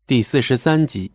第43集。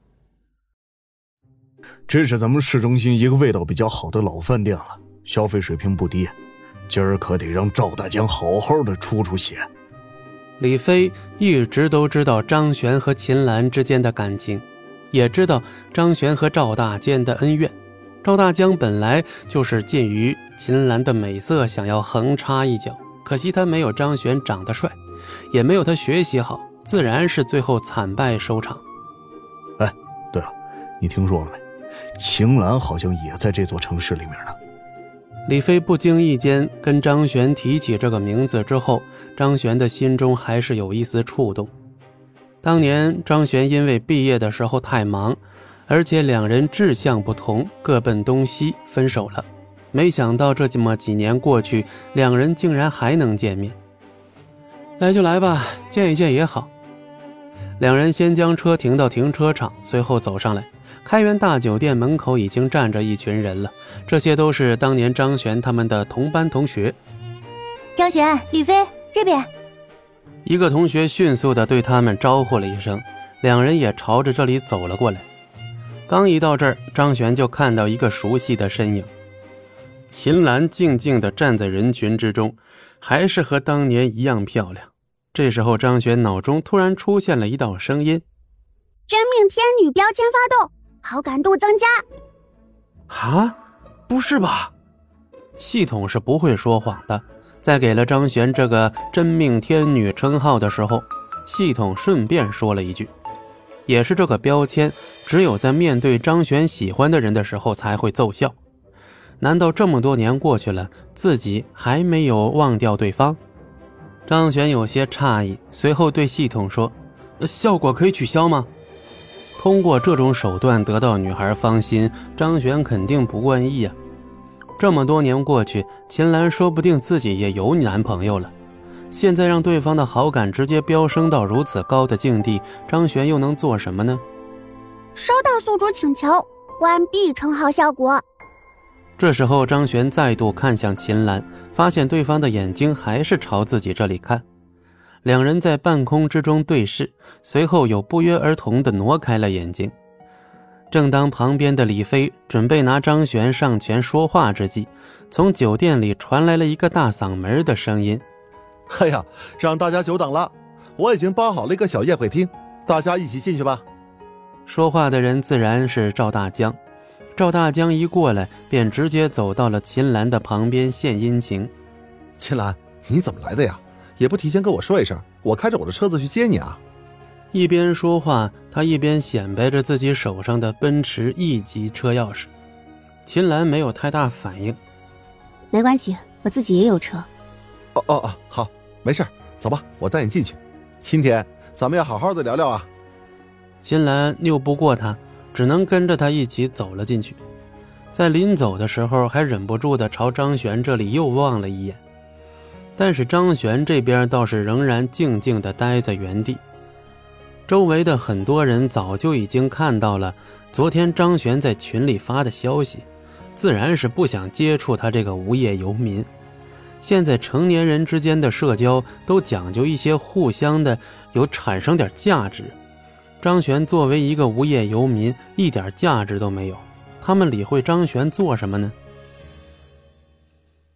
这是咱们市中心一个味道比较好的老饭店了，消费水平不低，今儿可得让赵大江好好的出出血。 李飞一直都知道张璇和秦岚之间的感情，也知道张璇和赵大间的恩怨。赵大江本来就是鉴于秦岚的美色想要横插一脚，可惜他没有张璇长得帅，也没有他学习好，自然是最后惨败收场。 哎，对了，你听说了没？秦岚好像也在这座城市里面呢。 李飞不经意间跟张璇提起这个名字之后，张璇的心中还是有一丝触动。当年张璇因为毕业的时候太忙，而且两人志向不同，各奔东西，分手了。没想到这么几年过去，两人竟然还能见面。来就来吧，见一见也好。两人先将车停到停车场，随后走上来。开元大酒店门口已经站着一群人了，这些都是当年张璇他们的同班同学。 张璇、李飞，这边。 一个同学迅速地对他们招呼了一声，两人也朝着这里走了过来。刚一到这儿，张璇就看到一个熟悉的身影。秦岚静静地站在人群之中，还是和当年一样漂亮。这时候张璇脑中突然出现了一道声音： 真命天女标签发动，好感度增加。 啊，不是吧？系统是不会说谎的。在给了张璇这个真命天女称号的时候，系统顺便说了一句，也是这个标签只有在面对张璇喜欢的人的时候才会奏效。难道这么多年过去了，自己还没有忘掉对方？张璇有些诧异，随后对系统说，效果可以取消吗？通过这种手段得到女孩芳心，张璇肯定不愿意啊。这么多年过去，秦岚说不定自己也有男朋友了，现在让对方的好感直接飙升到如此高的境地，张璇又能做什么呢？ 收到宿主请求，关闭称号效果。 这时候张璇再度看向秦岚，发现对方的眼睛还是朝自己这里看。两人在半空之中对视，随后又不约而同地挪开了眼睛。正当旁边的李飞准备拿张璇上前说话之际，从酒店里传来了一个大嗓门的声音： 哎呀，让大家久等了，我已经包好了一个小宴会厅，大家一起进去吧。 说话的人自然是赵大江。赵大江一过来便直接走到了秦岚的旁边献殷勤。 秦岚，你怎么来的呀？也不提前跟我说一声，我开着我的车子去接你啊。 一边说话，他一边显摆着自己手上的奔驰 E 级车钥匙。秦岚没有太大反应。 没关系，我自己也有车。 好，没事，走吧，我带你进去。今天咱们要好好的聊聊啊。 秦岚拗不过他，只能跟着他一起走了进去。在临走的时候，还忍不住地朝张璇这里又望了一眼。但是张璇这边倒是仍然静静地待在原地。周围的很多人早就已经看到了昨天张璇在群里发的消息，自然是不想接触他这个无业游民。现在成年人之间的社交都讲究一些互相的有产生点价值，张璇作为一个无业游民一点价值都没有，他们理会张璇做什么呢？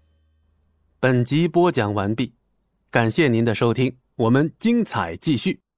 本集播讲完毕，感谢您的收听，我们精彩继续。